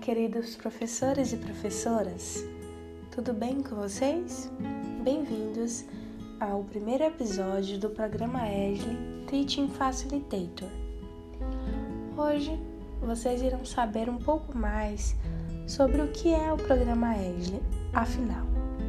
queridos professores e professoras, tudo bem com vocês? Bem-vindos ao primeiro episódio do programa ESLI Teaching Facilitator. Hoje vocês irão saber um pouco mais sobre o que é o programa ESLI, afinal.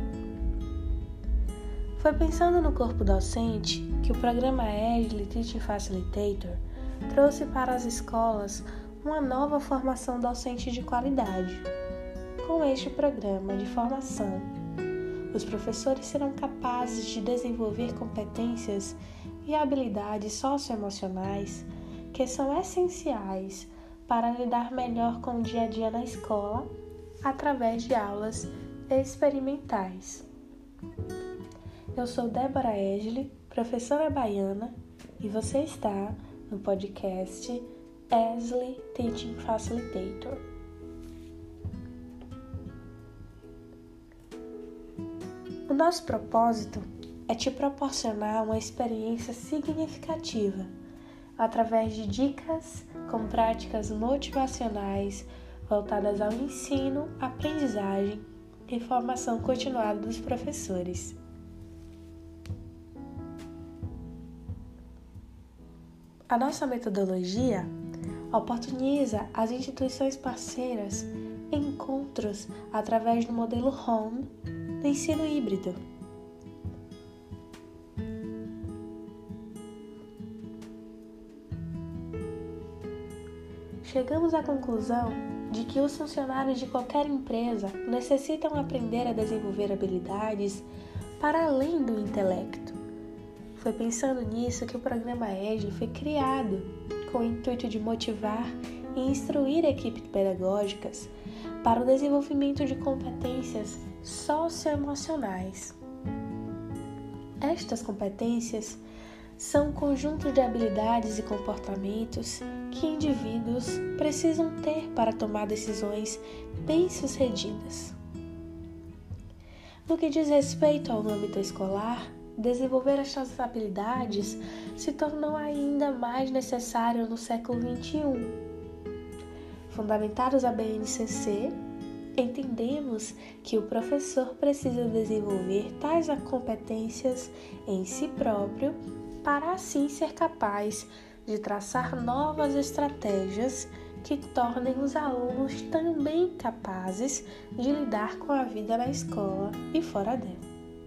Foi pensando no corpo docente que o programa ESLI Teaching Facilitator trouxe para as escolas uma nova formação docente de qualidade. Com este programa de formação, os professores serão capazes de desenvolver competências e habilidades socioemocionais que são essenciais para lidar melhor com o dia a dia na escola através de aulas experimentais. Eu sou Débora ESLI, professora baiana, e você está no podcast ESLI Teaching Facilitator. O nosso propósito é te proporcionar uma experiência significativa através de dicas com práticas motivacionais voltadas ao ensino, aprendizagem e formação continuada dos professores. A nossa metodologia oportuniza as instituições parceiras encontros através do modelo Home do ensino híbrido. Chegamos à conclusão de que os funcionários de qualquer empresa necessitam aprender a desenvolver habilidades para além do intelecto. Foi pensando nisso que o programa ESLI foi criado com o intuito de motivar e instruir equipes pedagógicas para o desenvolvimento de competências socioemocionais. Estas competências são um conjunto de habilidades e comportamentos que indivíduos precisam ter para tomar decisões bem-sucedidas. No que diz respeito ao âmbito escolar, desenvolver estas habilidades se tornou ainda mais necessário no século XXI. Fundamentados a BNCC, entendemos que o professor precisa desenvolver tais competências em si próprio para assim ser capaz de traçar novas estratégias que tornem os alunos também capazes de lidar com a vida na escola e fora dela.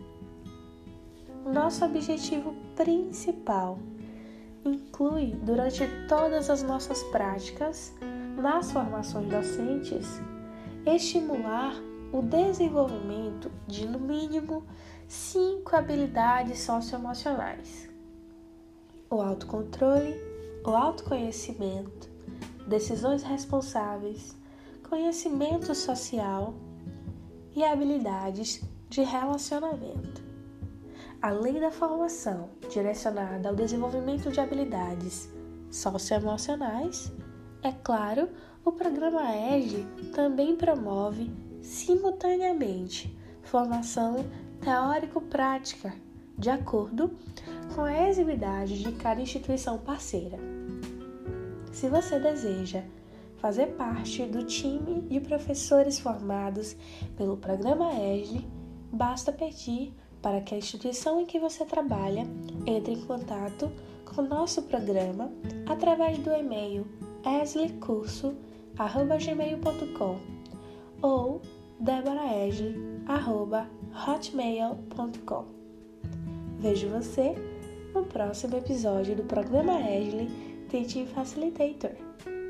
Nosso objetivo principal inclui, durante todas as nossas práticas, nas formações docentes, estimular o desenvolvimento de, no mínimo, 5 habilidades socioemocionais: o autocontrole, o autoconhecimento, decisões responsáveis, conhecimento social e habilidades de relacionamento. Além da formação direcionada ao desenvolvimento de habilidades socioemocionais, é claro, o programa ESLI também promove, simultaneamente, formação teórico-prática, de acordo com a exiguidade de cada instituição parceira. Se você deseja fazer parte do time de professores formados pelo programa ESLI, basta pedir para que a instituição em que você trabalha entre em contato com o nosso programa através do e-mail eslicurso@gmail.com ou deboraesli@hotmail.com. Vejo você no próximo episódio do programa ESLI Teaching Facilitator.